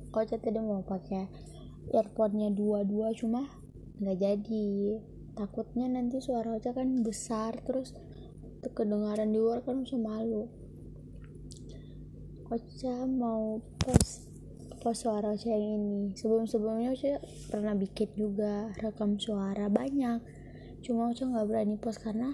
Ocha tadi mau pakai earphone-nya dua cuma nggak jadi, takutnya nanti suara Ocha kan besar terus kedengaran di luar kan Ocha malu. Ocha mau post suara Ocha yang ini. Sebelumnya Ocha pernah bikin juga rekam suara banyak, cuma Ocha nggak berani post karena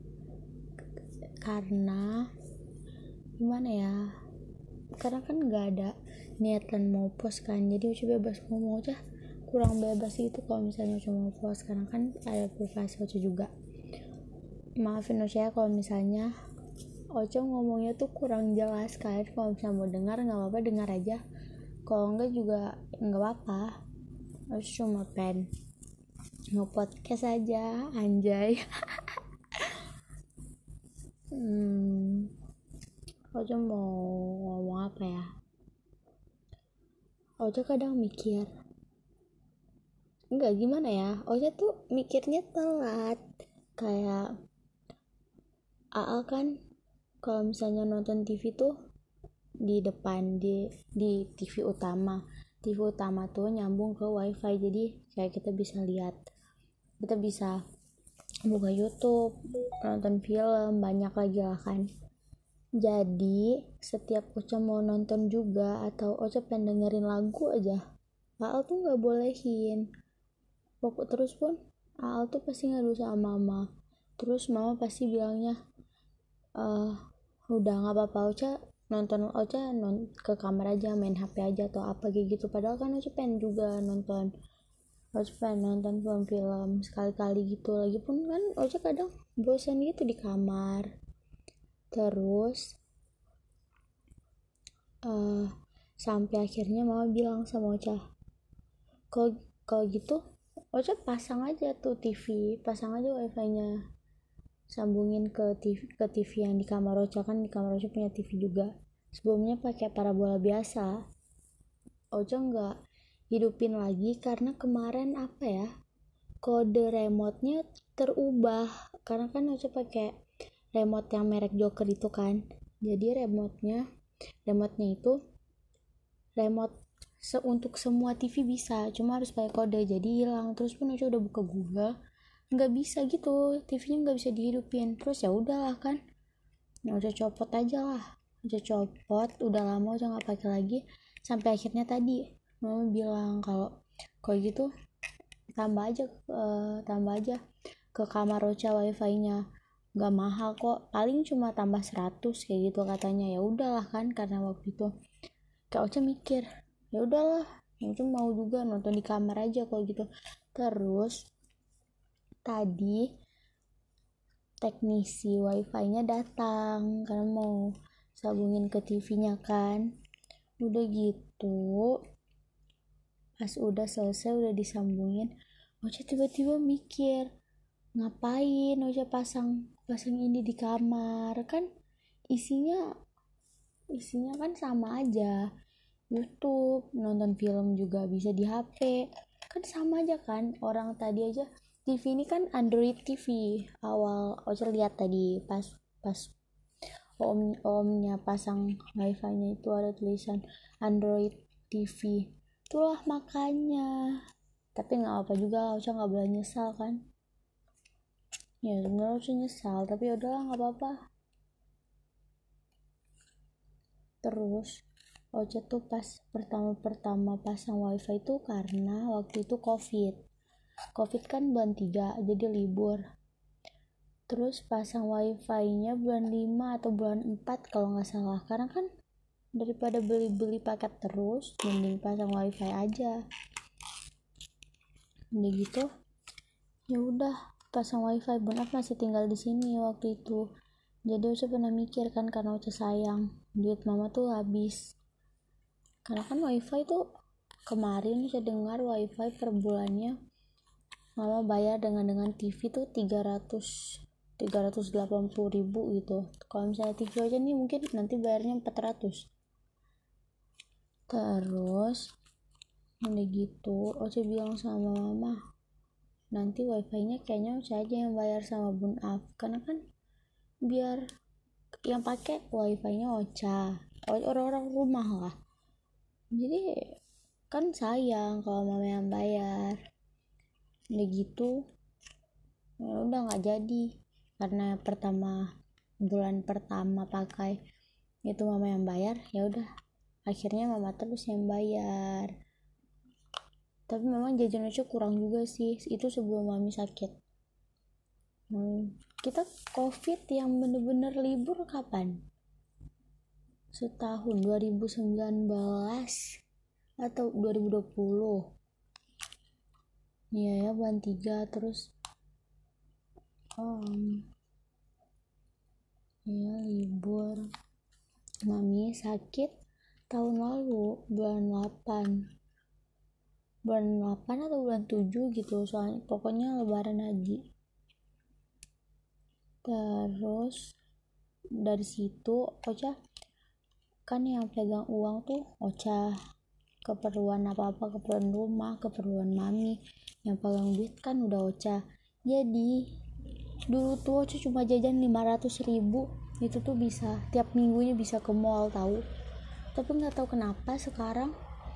gimana ya, karena kan nggak ada niatan mau post kan, jadi Ocha bebas ngomong. Ocha kurang bebas gitu kalau misalnya Ocha mau post karena kan ada privasi Ocha juga. Maafin Ocha ya kalau misalnya Ocha ngomongnya tuh kurang jelas. Kalian kalau misalnya mau dengar nggak apa-apa, dengar aja, kalau enggak juga nggak apa-apa. Ocha cuma pengen nge-podcast aja, anjay. Ocha mau ngomong apa ya, Ocha kadang mikir, enggak gimana ya, Ocha tuh mikirnya telat. Kayak Aal kan kalau misalnya nonton TV tuh di depan di TV utama tuh nyambung ke wifi, jadi kayak kita bisa lihat, kita bisa buka YouTube, nonton film, banyak lagi lah kan. Jadi setiap Ocha mau nonton juga atau Ocha pengen dengerin lagu aja, Aal tuh nggak bolehin. Terus pun Aal tuh pasti ngadu sama mama, terus mama pasti bilangnya udah nggak apa-apa, Ocha ke kamar aja, main HP aja atau apa kayak gitu. Padahal kan Ocha pengen juga nonton film-film sekali-kali gitu. Lagipun kan Ocha kadang bosan gitu di kamar. Terus sampai akhirnya mama bilang sama Ocha, kalau gitu Ocha pasang aja tuh TV, pasang aja wifi-nya, sambungin ke TV yang di kamar Ocha. Kan di kamar Ocha punya TV juga, sebelumnya pakai parabola biasa. Ocha nggak hidupin lagi karena kemarin kode remote-nya terubah, karena kan Ocha pakai remote yang merek Joker itu kan. Jadi remote-nya itu remote untuk semua TV bisa, cuma harus pakai kode, jadi hilang. Terus pun Ocha udah buka Google, nggak bisa gitu, TV-nya nggak bisa dihidupin. Terus ya udahlah kan, Ocha copot aja lah. Ocha copot, udah lama Ocha nggak pakai lagi, sampai akhirnya tadi mama bilang kalau gitu tambah aja ke kamar Ocha wifi-nya, nggak mahal kok, paling cuma tambah 100 kayak gitu katanya. Ya udahlah kan, karena waktu itu kayak Ocha mikir ya udahlah, Ocha mau juga nonton di kamar aja kalau gitu. Terus tadi teknisi wifi-nya datang karena mau sambungin ke TV-nya kan. Udah gitu, pas udah selesai, udah disambungin, Ocha tiba-tiba mikir, ngapain Ocha pasang ini di kamar, kan isinya kan sama aja, YouTube, nonton film juga bisa di HP, kan sama aja kan. Orang tadi aja TV ini kan Android TV, awal Ocha lihat tadi pas omnya pasang wifi-nya itu ada tulisan Android TV, itulah makanya. Tapi nggak apa juga, Ocha nggak boleh nyesal kan. Ya sebenarnya Ocha nyesal, tapi udahlah nggak apa-apa. Terus Ocha tuh pas pertama pasang wifi itu karena waktu itu covid kan bulan 3 jadi libur. Terus pasang wifi-nya bulan 5 atau bulan 4 kalau nggak salah, karena kan daripada beli paket terus, mending pasang wifi aja. Udah gitu ya udah pasang wifi. Bun masih tinggal di sini waktu itu, jadi Ocha pernah mikir kan, karena Ocha sayang, duit mama tuh habis. Karena kan wifi tuh kemarin Ocha dengar wifi per bulannya mama bayar dengan TV tuh 380.000 gitu. Kalau misalnya TV aja nih mungkin nanti bayarnya 400. Terus udah gitu Ocha bilang sama mama, nanti wifi-nya kayaknya Ocha aja yang bayar sama Bun Af, karena kan biar yang pakai wifi-nya Ocha, orang-orang rumah lah. Jadi kan sayang kalau mama yang bayar. Udah gitu ya udah nggak jadi, karena bulan pertama pakai itu mama yang bayar, ya udah akhirnya mama terus yang bayar. Tapi memang jajan Ocha kurang juga sih, itu sebelum mami sakit. Kita covid yang bener-bener libur kapan? Setahun, 2019 atau 2020. Iya ya, bulan 3 terus ya libur. Mami sakit tahun lalu bulan 8 atau bulan 7 gitu, soalnya pokoknya lebaran haji. Terus dari situ Ocha kan yang pegang uang tuh Ocha, keperluan apa-apa, keperluan rumah, keperluan mami, yang pegang duit kan udah Ocha. Jadi dulu tuh Ocha cuma jajan 500.000, itu tuh bisa tiap minggunya bisa ke mall tahu. Tapi nggak tahu kenapa sekarang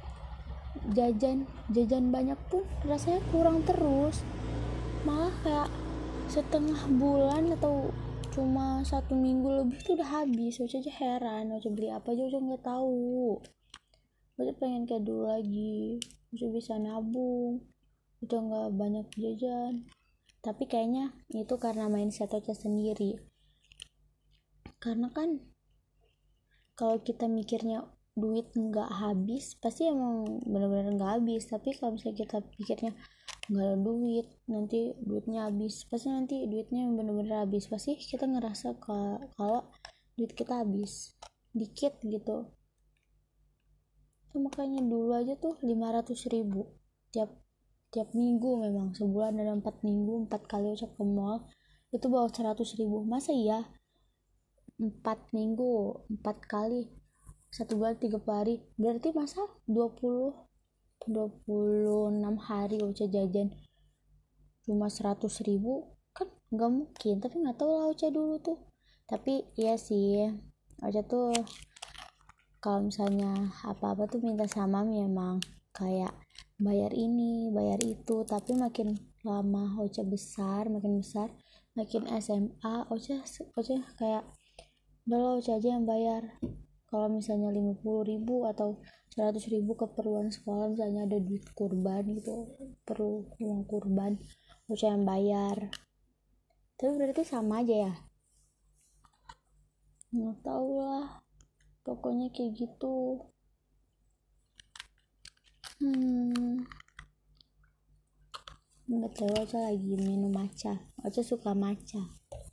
jajan banyak pun rasanya kurang terus, malah kayak setengah bulan atau cuma 1 minggu lebih tuh udah habis. Ocha aja heran, Ocha beli apa aja Ocha nggak tahu. Ocha pengen kayak dulu lagi, Ocha bisa nabung, udah nggak banyak jajan. Tapi kayaknya itu karena mindset Ocha sendiri, karena kan kalau kita mikirnya duit nggak habis, pasti emang benar-benar nggak habis. Tapi kalau misalnya kita pikirnya nggak ada duit, nanti duitnya habis, pasti nanti duitnya benar-benar habis. Pasti kita ngerasa kalau duit kita habis dikit gitu. Makanya dulu aja tuh 500.000 tiap minggu, memang sebulan ada 4 minggu 4 kali Ocha ke mall, itu bawa 100.000. Masa iya 4 minggu 4 kali 1 bulan 30 hari, berarti masa 26 hari Ocha jajan cuma 100.000, kan nggak mungkin. Tapi nggak tahu lah Ocha dulu tuh. Tapi iya sih, Ocha tuh kalau misalnya apa-apa tuh minta sama mami, emang kayak bayar ini bayar itu. Tapi makin lama Ocha makin besar, makin SMA Ocha kayak udah lah Ocha aja yang bayar. Kalau misalnya 50.000 atau 100.000 keperluan sekolah, misalnya ada duit kurban gitu, perlu uang kurban, Ocha yang bayar. Tapi berarti sama aja ya, nggak tahu lah, pokoknya kayak gitu. Betul, Ocha lagi minum matcha. Ocha suka matcha.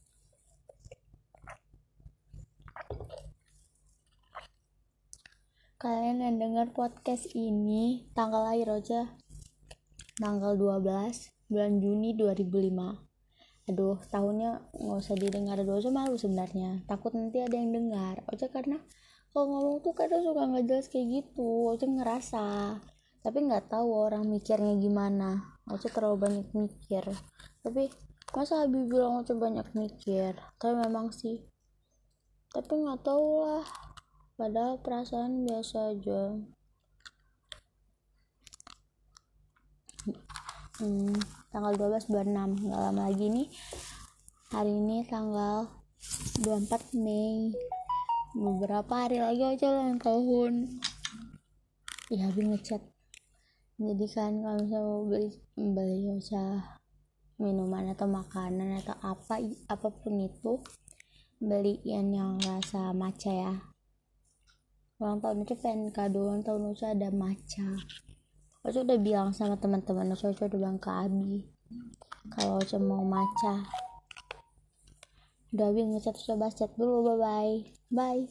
Kalian yang dengar podcast ini, tanggal lahir Ocha tanggal 12 bulan Juni 2005. Aduh, tahunnya nggak usah didengar dulu, Ocha malu sebenarnya, takut nanti ada yang dengar Ocha, karena kalau ngomong tuh kadang suka nggak jelas kayak gitu. Ocha ngerasa, tapi nggak tahu orang mikirnya gimana. Ocha terlalu banyak mikir. Tapi masa Habib bilang Ocha banyak mikir? Tapi memang sih, tapi nggak tahu lah, padahal perasaan biasa aja. Tanggal 12 bulan 6, nggak lama lagi nih. Hari ini tanggal 24 Mei, beberapa hari lagi aja ulang tahun. Ya Habib ngechat, jadi kan kalau misalnya mau beli Ocha minuman atau makanan atau apapun itu, beliin yang rasa matcha ya. Ulang tahun Ocha pengen kado ulang tahun Ocha ada matcha. Ocha udah bilang sama teman-teman Ocha udah bilang ke Abi kalau Ocha mau matcha. Udah Abi ngechat Ocha, bahas chat dulu, bye.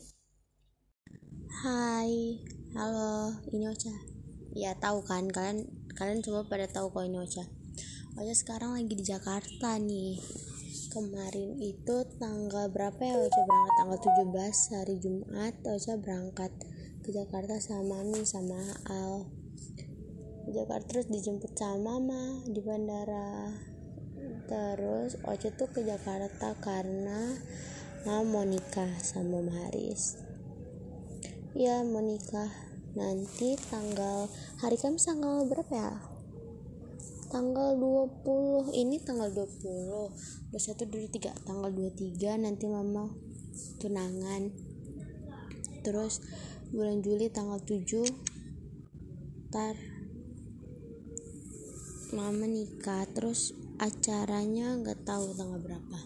Hai, halo, ini Ocha. Ya tahu kan, kalian semua pada tahu kok ini Ocha. Ocha sekarang lagi di Jakarta nih. Kemarin itu tanggal berapa ya Ocha berangkat? Tanggal 17 hari Jumat Ocha berangkat ke Jakarta sama Mami sama Al. Ke Jakarta terus dijemput sama Mama di bandara. Terus Ocha tuh ke Jakarta karena Mama mau nikah sama Om Haris. Ya mau nikah nanti hari Kamis tanggal berapa ya, tanggal 20, ini tanggal 20, 21, 23, tanggal 23 nanti mama tunangan. Terus bulan Juli tanggal 7 ntar mama nikah. Terus acaranya nggak tahu tanggal berapa.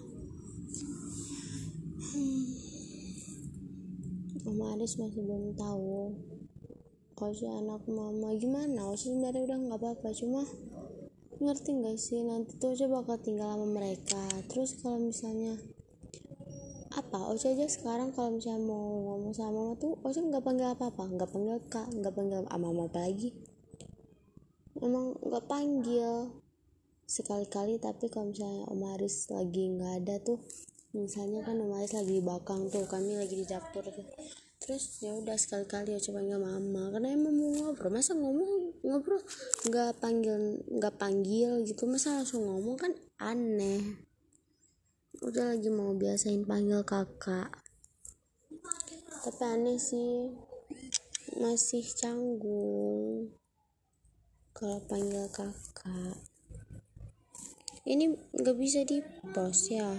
Om Aris masih belum tahu. Ocha anak mama gimana? Ocha sebenarnya udah nggak apa-apa, cuma ngerti nggak sih nanti tuh Ocha bakal tinggal sama mereka. Terus kalau misalnya Ocha aja sekarang kalau misalnya mau ngomong sama mama tuh Ocha nggak panggil apa-apa, nggak panggil kak, nggak panggil mama apa lagi, emang nggak panggil sekali-kali. Tapi kalau misalnya Om Aris lagi nggak ada tuh, misalnya kan Om Aris lagi di belakang tuh, kami lagi di dapur tuh, terus ya udah sekali-kali Ocha panggil mama karena emang mau ngobrol. Masa ngobrol nggak panggil gitu, masa langsung ngomong kan aneh. Udah lagi mau biasain panggil kakak, tapi aneh sih, masih canggung kalau panggil kakak. Ini nggak bisa di pause ya?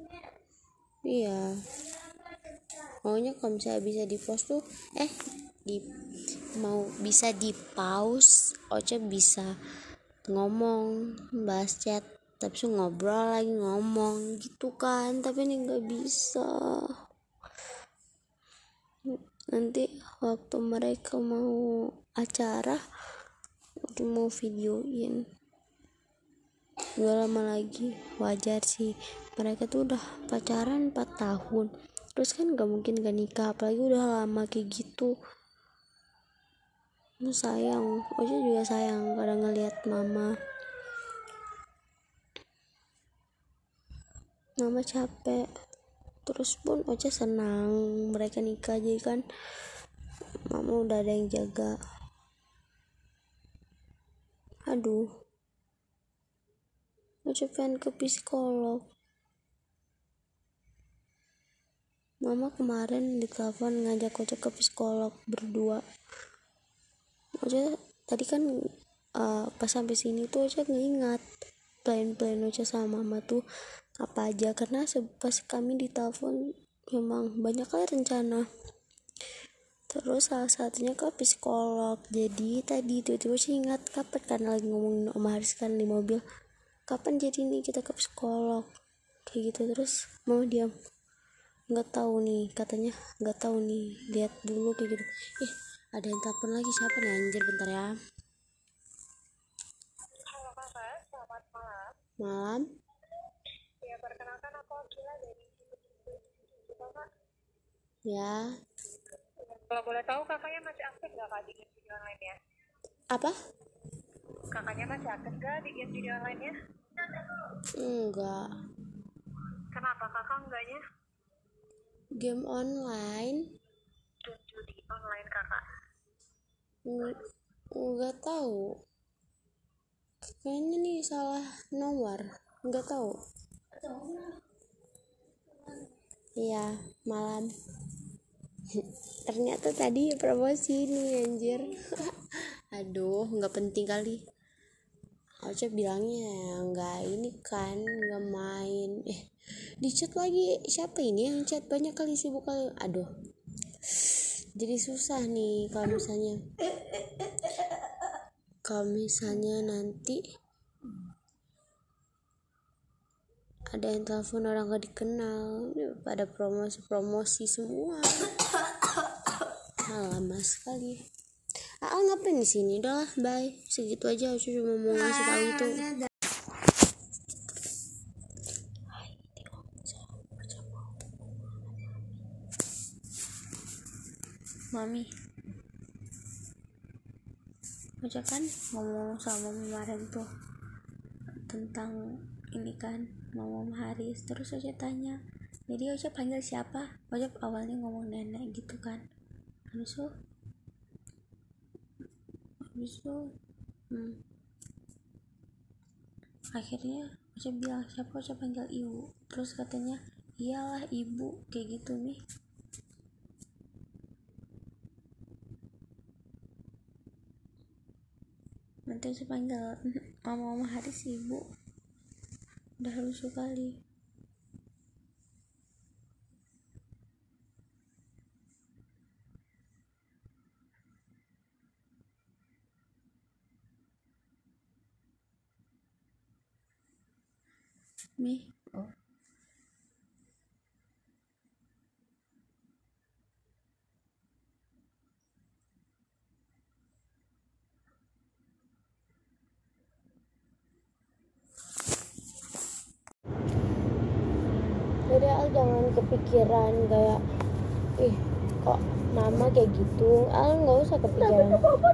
Iya, maunya kalau misalnya bisa di pause tuh bisa di pause, Ocha bisa ngomong bahas chat, tapi ngobrol lagi ngomong gitu kan. Tapi ini nggak bisa. Nanti waktu mereka mau acara, mau videoin gak lama lagi. Wajar sih, mereka tuh udah pacaran 4 tahun, terus kan gak mungkin gak nikah, apalagi udah lama kayak gitu. Sayang, Ocha juga sayang kadang ngeliat mama capek. Terus pun Ocha senang mereka nikah, jadi kan mama udah ada yang jaga. Aduh, Ocha pengen ke psikolog. Mama kemarin ditelepon ngajak Ocha ke psikolog berdua. Ocha tadi kan pas sampai sini tuh Ocha ngingat plan Ocha sama mama tuh apa aja, karena pas kami ditelepon memang banyak kali rencana. Terus salah satunya ke psikolog. Jadi tadi tiba-tiba Ocha ingat, kapan kan lagi ngomongin Om Haris kan di mobil, kapan jadi nih kita ke psikolog kayak gitu. Terus mau diam, nggak tahu nih, katanya nggak tahu nih, lihat dulu kayak gitu. Ada yang telepon lagi, siapa nih anjir, bentar ya. Halo kakak, selamat malam. Malam. Ya, perkenalkan aku Akila dari kakak. Ya. Kalau boleh tahu kakaknya masih aktif nggak kak di game video online ya? Apa? Kakaknya masih aktif nggak di game video online ya? Enggak. Kenapa kakak enggaknya? Game online? Game judi online kakak. Enggak tahu. Kayaknya nih salah nomor. Enggak tahu. Iya, malam. Ternyata tadi promosi nih anjir. Aduh, nggak penting kali. Ocha bilangnya nggak ini kan, nggak main. Di chat lagi, siapa ini yang chat, banyak kali, sibuk kali. Aduh, jadi susah nih kalau misalnya nanti ada yang telepon orang gak dikenal, pada promosi semua. Lama sekali. Ngapain di sini? Udah lah, bye. Segitu aja, aku cuma mau ngasih tahu itu. Mami, Ocha kan ngomong sama kemarin tuh tentang ini kan, ngomong Haris. Terus Ocha tanya, jadi Ocha panggil siapa? Ocha awalnya ngomong nenek gitu kan. Habis itu akhirnya Ocha bilang siapa, Ocha panggil ibu. Terus katanya iyalah ibu, kayak gitu nih. nanti saya panggil mama Haris ibu, udah lusuh kali. Nih jadi Al jangan kepikiran kayak kok mama kayak gitu. Al nggak usah kepikiran.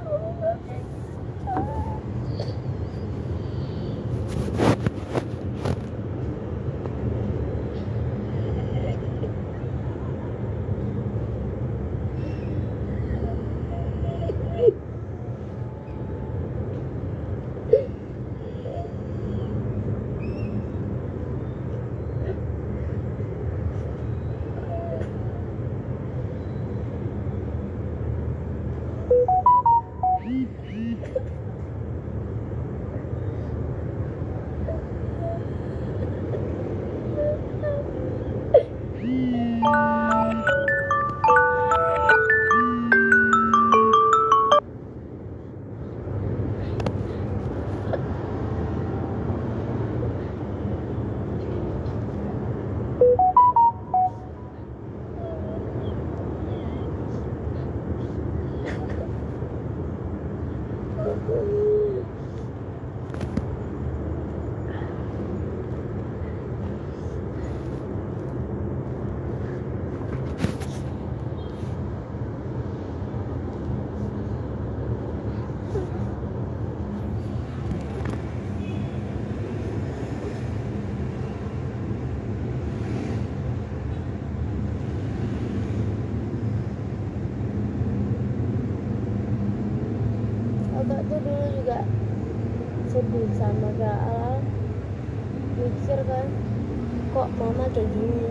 Agak tuh dulu juga sedih sama kayak Al, mikir kan kok mama kayak gini.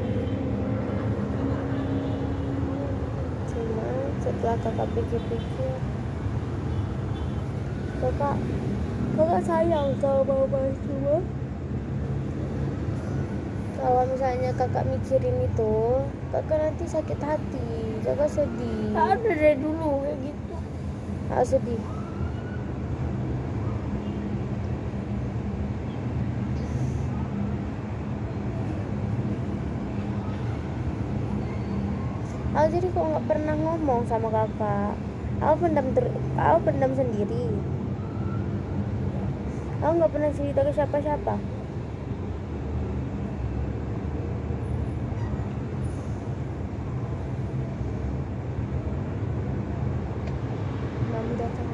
Cuma setelah kakak pikir-pikir, kakak sayang sama mama. Cuma kalau misalnya kakak mikirin itu, kakak nanti sakit hati, kakak sedih. Ada dari dulu kayak gitu. Kakak sedih. Al jadi kok nggak pernah ngomong sama kakak. Al pendam sendiri. Al nggak pernah cerita ke siapa-siapa. Mami datang.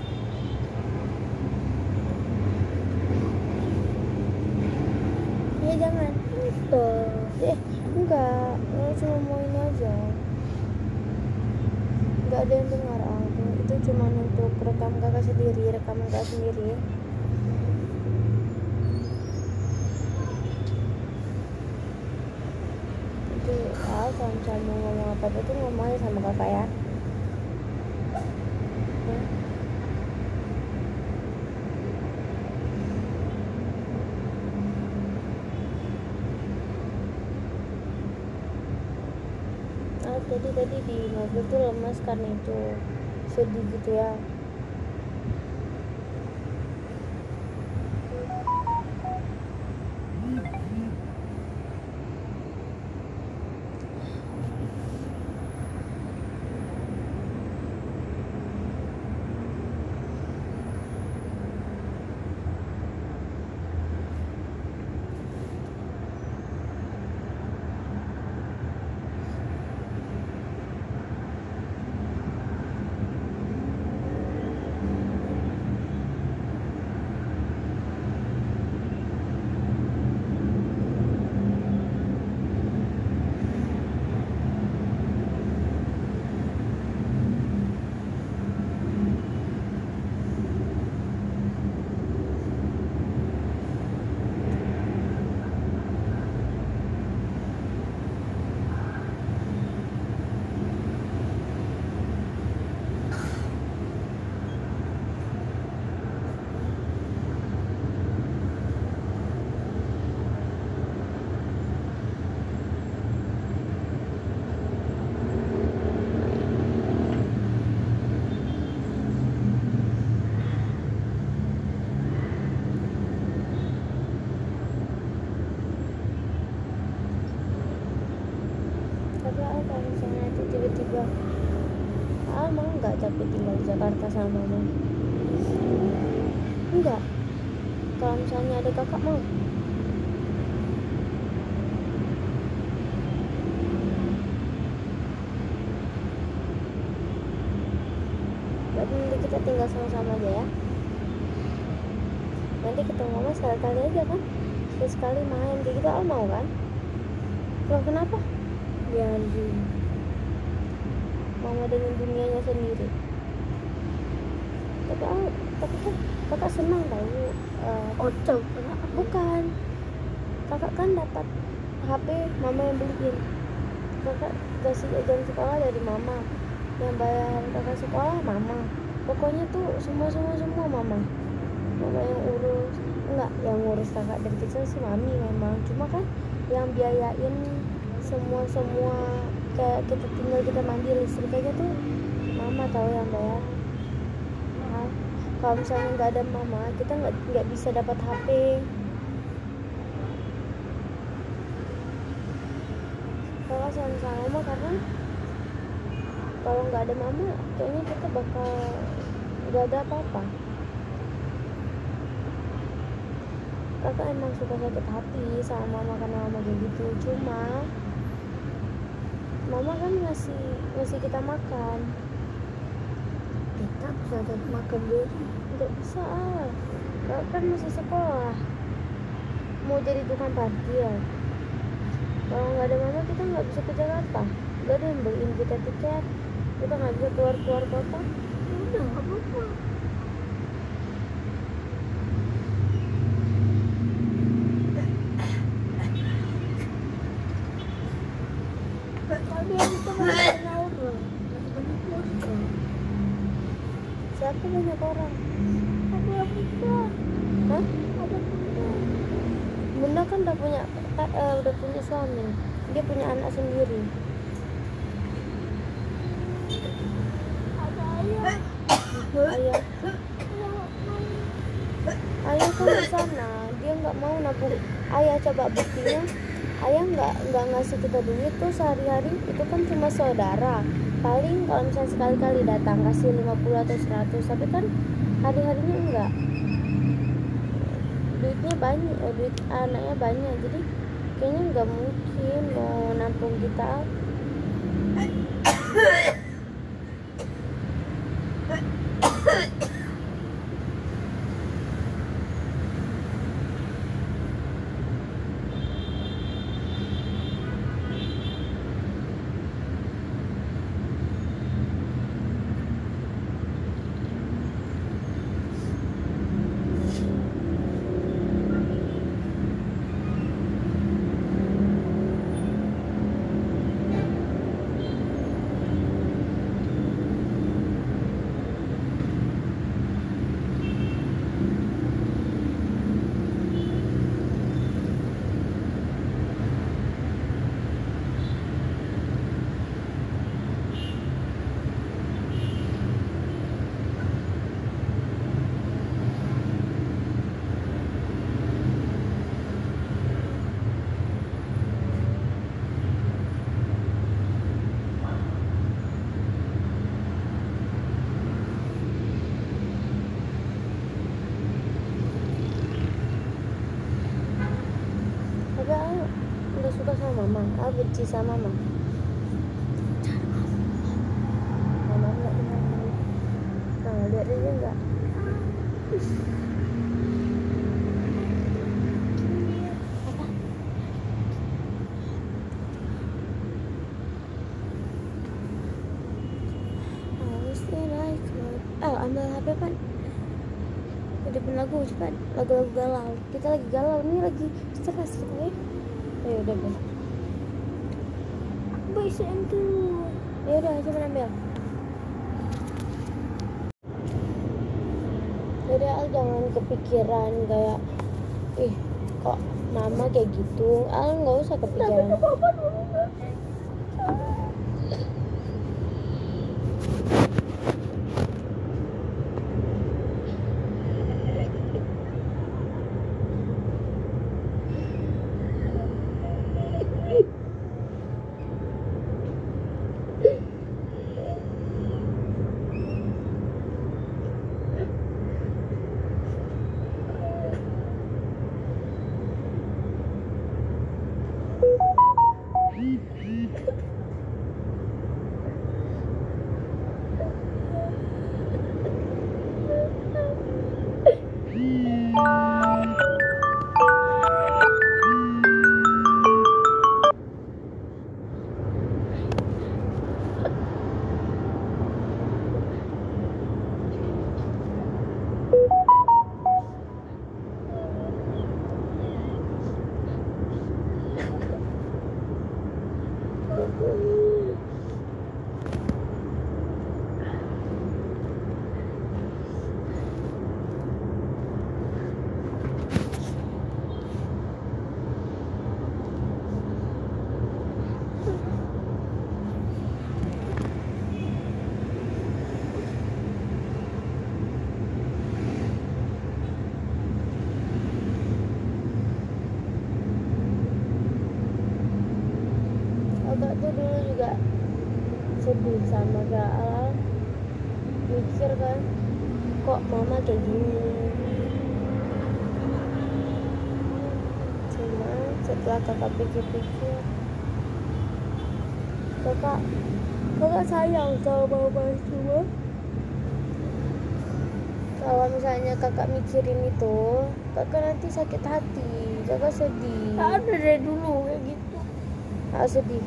Ya jangan. Enggak. Cuma mau ini aja. Enggak ada yang dengar aku. Itu cuma untuk rekaman kakak sendiri. Jadi kalau misalnya mau ngomong apa-apa tuh ngomong aja sama kakak ya. Jadi tadi di mobil tuh lemas karena itu sedih gitu ya. mau nggak capek tinggal di Jakarta sama mama? Enggak. Kalau misalnya ada kakak mau? Berarti nanti kita tinggal sama-sama aja ya. Nanti ketemu mama sekali-kali aja kan, sekali main kayak gitu. Al mau kan? Loh kenapa? Biar mama dengan dunianya sendiri. Tapi kan kakak senang tahu. Bukan, kakak kan dapat HP mama yang beliin. Kakak kasih jam sekolah dari mama, yang bayar kakak sekolah mama. Pokoknya tuh semua mama yang urus. Enggak, yang ngurus kakak dari kecil sih mami memang, cuma kan yang biayain semua kayak kita tinggal, kita mandi, listrik aja tuh mama tahu yang bayar. Nah, kalau misalnya nggak ada mama, kita nggak bisa dapat HP. Kalau sama mama, karena kalau nggak ada mama kayaknya kita bakal nggak ada apa-apa. Kakak emang suka sakit hati sama mama karena mama kayak gitu, cuma mama kan ngasih kita makan. Kita bisa makan dulu? Nggak bisa. Kakak kan masih sekolah, mau jadi tukang parkir. Kalau nggak ada mama kita nggak bisa ke Jakarta, nggak ada yang beliin kita tiket, kita nggak bisa keluar kota. Udah nggak apa-apa. Tapi yang itu banyak orang. Siapa banyak orang? Ada bunda. Hah? Ada bunda. Bunda kan udah punya suami, dia punya anak sendiri. Ada ayah. Ayah kan di sana, dia nggak mau nabung. Ayah coba buktinya, ayah nggak ngasih kita duit tuh sehari-hari, itu kan cuma saudara. Paling kalau misalnya sekali-kali datang kasih 50 atau 100, tapi kan hari-harinya enggak. Duitnya banyak, duit anaknya banyak, jadi kayaknya nggak mungkin mau nampung kita. Nggak suka sama mama, benci sama mama. Mama nggak dengar. Nah, lihat aja nggak. Ambil HP Pan. Hidupin lagu cepat, lagu-lagu galau. Kita lagi galau, ini lagi stres kita ya. Ya udah deh. Bisa itu. Ya udah, coba ambil. Jadi Al jangan kepikiran kayak kok mama kayak gitu. Al nggak usah kepikiran. sama kayak Al mikir kan, kok mama kayak gini. Cuma setelah kakak pikir-pikir, kakak sayang sama mama. Cuma kalau misalnya kakak mikirin itu, kakak nanti sakit hati, kakak sedih. Ada dari dulu kayak gitu. Sedih.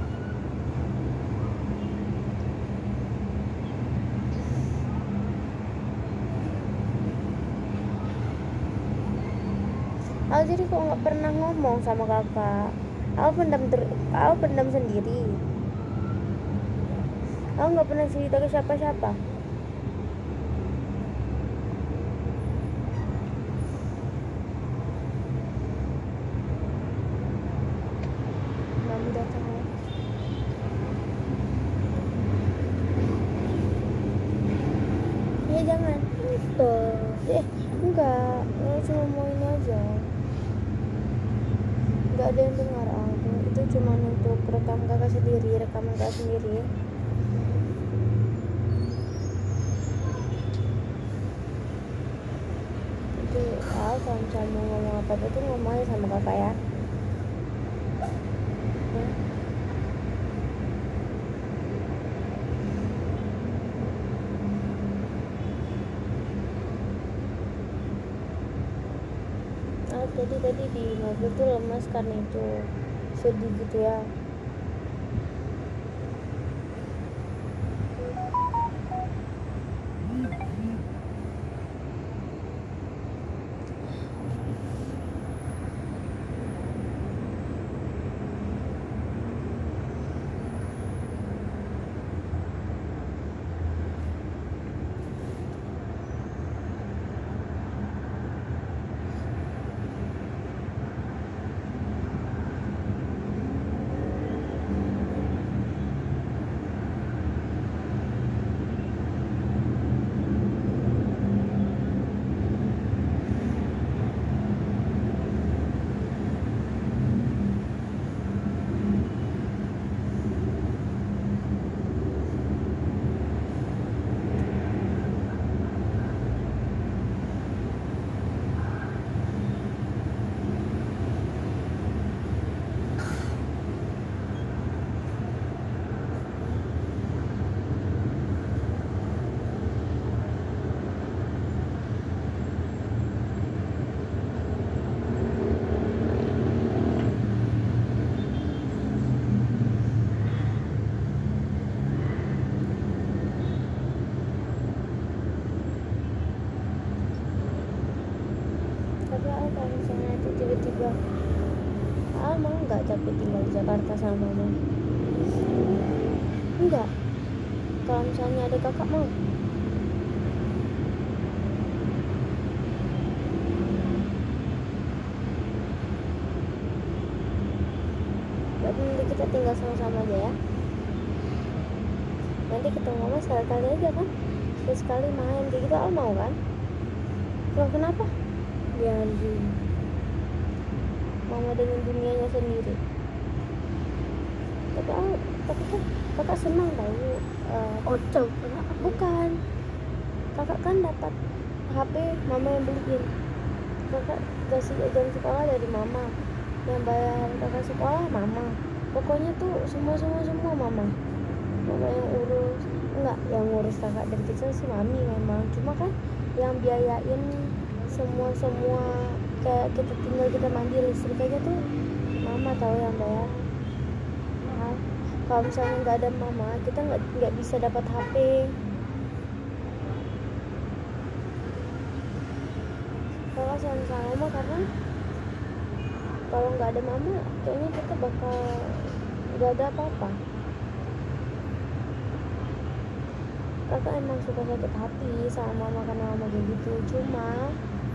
Jadi kok nggak pernah ngomong sama kakak. Aku pendam sendiri. Aku nggak pernah cerita ke siapa-siapa. Mami datang. Ya jangan. Enggak. Cuma mau ini aja. Enggak ada yang dengar aku. Itu cuma untuk rekaman kakak sendiri. Jadi kalau misalnya mau ngomong apa-apa tuh ngomong aja sama kakak ya. Jadi tadi di mobil tuh lemas karena itu sedih gitu ya. Tapi kalau misalnya itu tiba-tiba mau nggak capek tinggal di Jakarta sama mama? Enggak. Kalau misalnya ada kakak mau? Berarti nanti kita tinggal sama-sama aja ya. Nanti ketemu mama sekali-kali aja kan? Sekali main kayak gitu, mau kan? Loh kenapa? Biar mama dengan dunianya sendiri. Tapi kan kakak senang tahu. Bukan. Kakak kan dapat HP mama yang beliin. Kakak kasih jam sekolah dari mama. Yang bayar kakak sekolah mama. Pokoknya tuh semua mama. Mama yang urus. Enggak, yang ngurus kakak dari kecil sih mami memang. Cuma kan yang biayain semua kayak kita tinggal, kita mandi, listrik aja tuh mama tahu yang bayar. Kalau misalnya nggak ada mama, kita nggak bisa dapat HP. Kalau sama mama, karena kalau nggak ada mama kayaknya kita bakal nggak ada apa-apa. Kakak emang suka sakit hati sama mama karena mama kayak gitu. Cuma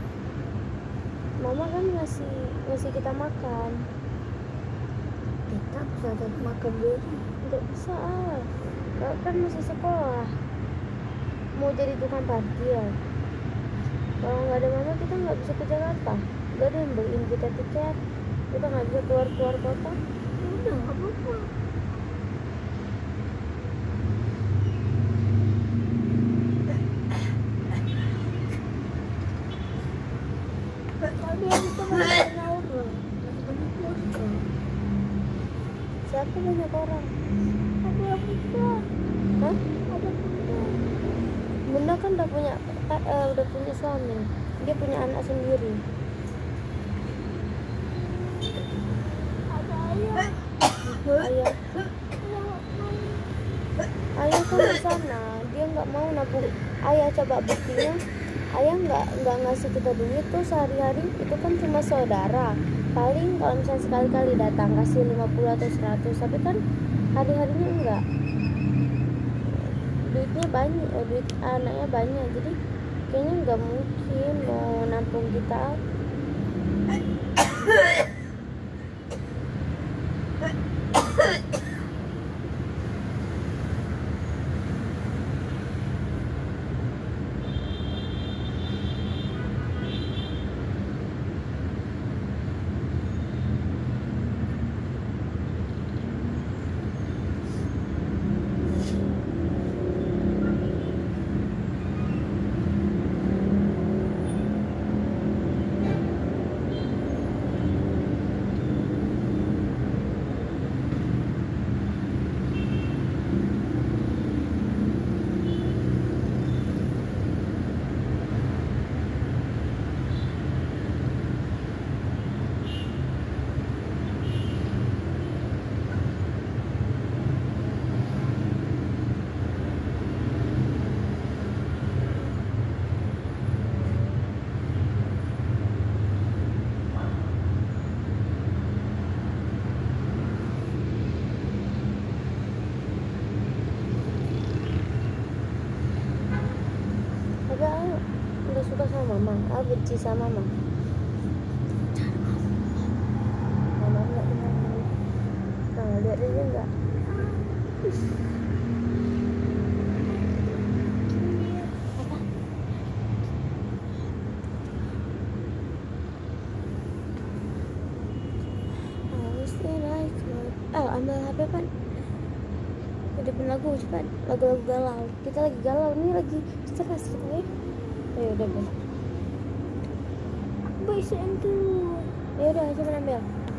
mama kan ngasih kita makan. Kita bisa makan dulu? Nggak bisa. Kakak kan masih sekolah, mau jadi tukang parkir. Kalau nggak ada mama kita nggak bisa ke Jakarta. Nggak ada yang beliin kita tiket, kita nggak bisa keluar kota. Udah nggak apa-apa. Kenapa banyak orang? Ada bunda. Hah? Ada bunda. Bunda kan udah punya suami. Dia punya anak sendiri. Ada ayah. Ayah Ayah kan di sana, dia nggak mau nabung. Ayah coba buktinya, ayah nggak ngasih kita duit tuh sehari-hari. Itu kan cuma saudara. Paling kalau misalnya sekali-kali datang kasih 50 atau 100, tapi kan hari-harinya enggak. Duitnya banyak, duit anaknya banyak, jadi kayaknya nggak mungkin mau nampung kita. Tapi nggak suka sama mama, benci sama mama. Mama nggak dengar. Nah, lihat dia nggak. Ambil HP Pan. Hidupin lagu cepat, lagu-lagu galau. Kita lagi galau nih, lagi stres kita ya. Ayo udah Ben. Aku bisa dulu. Ya udah, coba ambil.